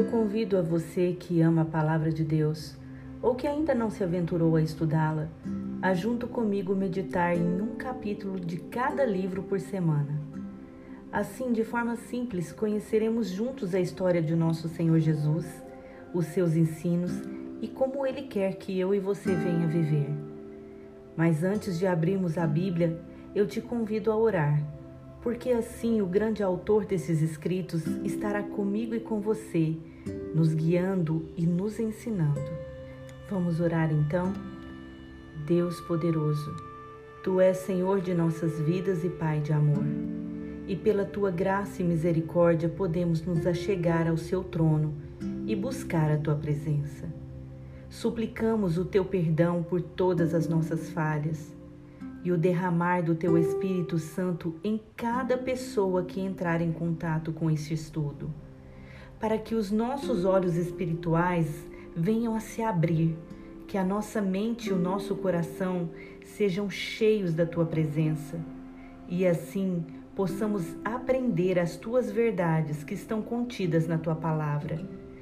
eu convido a você que ama a palavra de Deus ou que ainda não se aventurou a estudá-la, a junto comigo meditar em um capítulo de cada livro por semana. Assim, de forma simples, conheceremos juntos a história de nosso Senhor Jesus, os seus ensinos e como Ele quer que eu e você venha viver. Mas antes de abrirmos a Bíblia, eu te convido a orar, porque assim o grande autor desses escritos estará comigo e com você, nos guiando e nos ensinando. Vamos orar então? Deus poderoso, Tu és Senhor de nossas vidas e Pai de amor. E pela Tua graça e misericórdia podemos nos achegar ao Seu trono e buscar a Tua presença. Suplicamos o Teu perdão por todas as nossas falhas e o derramar do Teu Espírito Santo em cada pessoa que entrar em contato com este estudo, para que os nossos olhos espirituais venham a se abrir, que a nossa mente e o nosso coração sejam cheios da Tua presença e assim possamos aprender as Tuas verdades que estão contidas na Tua palavra.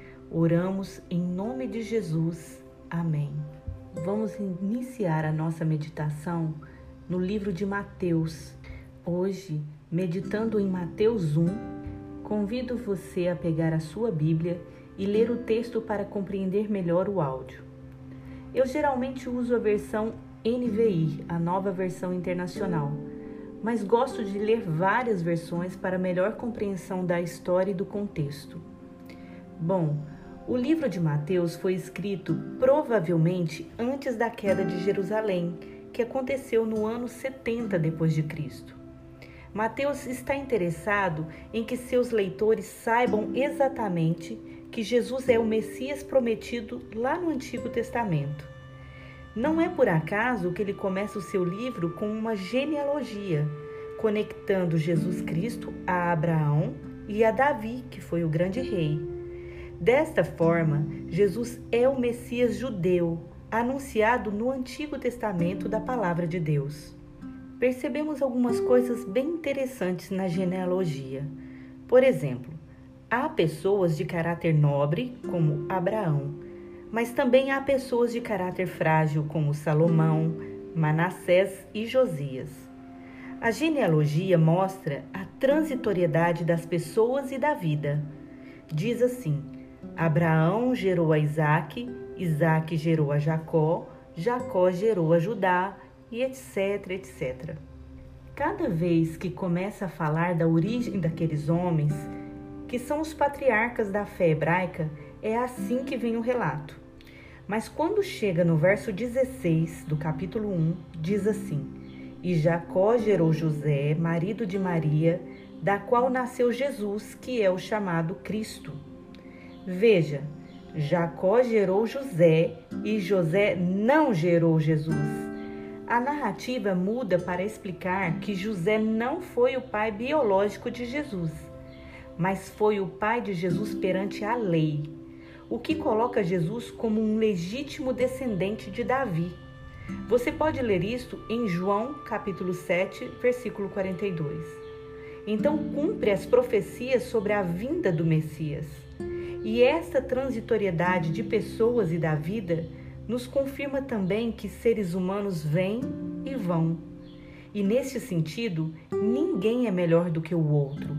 Oramos em nome de Jesus. Amém. Vamos iniciar a nossa meditação no livro de Mateus. Hoje, meditando em Mateus 1, convido você a pegar a sua Bíblia e ler o texto para compreender melhor o áudio. Eu geralmente uso a versão NVI, a Nova Versão Internacional, mas gosto de ler várias versões para melhor compreensão da história e do contexto. Bom, o livro de Mateus foi escrito provavelmente antes da queda de Jerusalém, que aconteceu no ano 70 depois de Cristo. Mateus está interessado em que seus leitores saibam exatamente que Jesus é o Messias prometido lá no Antigo Testamento. Não é por acaso que ele começa o seu livro com uma genealogia, conectando Jesus Cristo a Abraão e a Davi, que foi o grande rei. Desta forma, Jesus é o Messias judeu, anunciado no Antigo Testamento da Palavra de Deus. Percebemos algumas coisas bem interessantes na genealogia. Por exemplo, há pessoas de caráter nobre, como Abraão, mas também há pessoas de caráter frágil, como Salomão, Manassés e Josias. A genealogia mostra a transitoriedade das pessoas e da vida. Diz assim: Abraão gerou a Isaque, Isaque gerou a Jacó, Jacó gerou a Judá, e etc, etc. Cada vez que começa a falar da origem daqueles homens, que são os patriarcas da fé hebraica, é assim que vem o relato. Mas quando chega no verso 16 do capítulo 1, diz assim: E Jacó gerou José, marido de Maria, da qual nasceu Jesus, que é o chamado Cristo. Veja, Jacó gerou José e José não gerou Jesus. A narrativa muda para explicar que José não foi o pai biológico de Jesus, mas foi o pai de Jesus perante a lei, o que coloca Jesus como um legítimo descendente de Davi. Você pode ler isto em João capítulo 7, versículo 42. Então cumpre as profecias sobre a vinda do Messias. E esta transitoriedade de pessoas e da vida nos confirma também que seres humanos vêm e vão. E nesse sentido, ninguém é melhor do que o outro.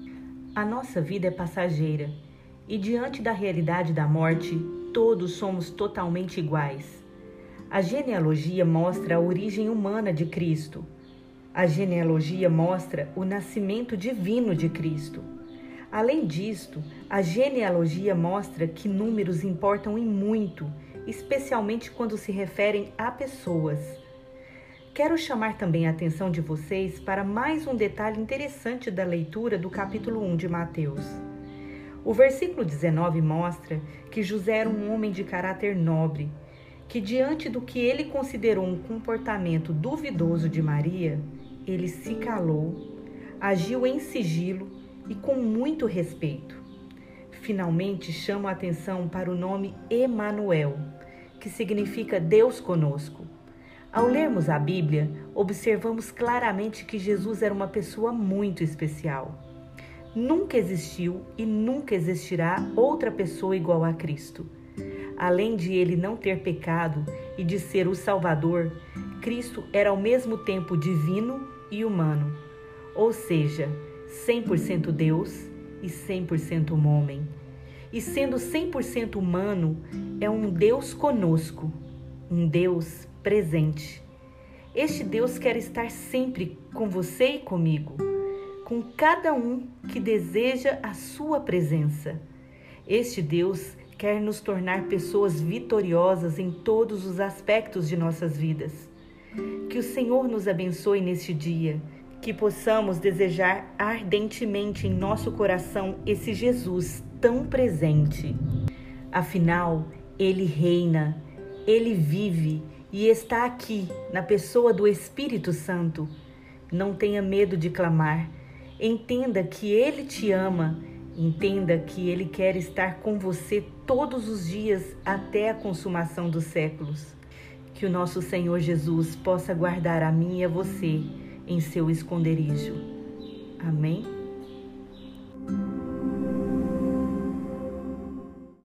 A nossa vida é passageira e diante da realidade da morte, todos somos totalmente iguais. A genealogia mostra a origem humana de Cristo. A genealogia mostra o nascimento divino de Cristo. Além disto, a genealogia mostra que números importam em muito, especialmente quando se referem a pessoas. Quero chamar também a atenção de vocês para mais um detalhe interessante da leitura do capítulo 1 de Mateus. O versículo 19 mostra que José era um homem de caráter nobre, que diante do que ele considerou um comportamento duvidoso de Maria, ele se calou, agiu em sigilo e com muito respeito. Finalmente chamo a atenção para o nome Emanuel, que significa Deus conosco. Ao lermos a Bíblia, observamos claramente que Jesus era uma pessoa muito especial. Nunca existiu e nunca existirá outra pessoa igual a Cristo. Além de ele não ter pecado e de ser o Salvador, Cristo era ao mesmo tempo divino e humano, ou seja, 100% Deus e 100% homem. E sendo 100% humano, é um Deus conosco, um Deus presente. Este Deus quer estar sempre com você e comigo, com cada um que deseja a sua presença. Este Deus quer nos tornar pessoas vitoriosas em todos os aspectos de nossas vidas. Que o Senhor nos abençoe neste dia, que possamos desejar ardentemente em nosso coração esse Jesus tão presente. Afinal, Ele reina, Ele vive e está aqui na pessoa do Espírito Santo. Não tenha medo de clamar. Entenda que Ele te ama. Entenda que Ele quer estar com você todos os dias até a consumação dos séculos. Que o nosso Senhor Jesus possa guardar a mim e a você em seu esconderijo. Amém?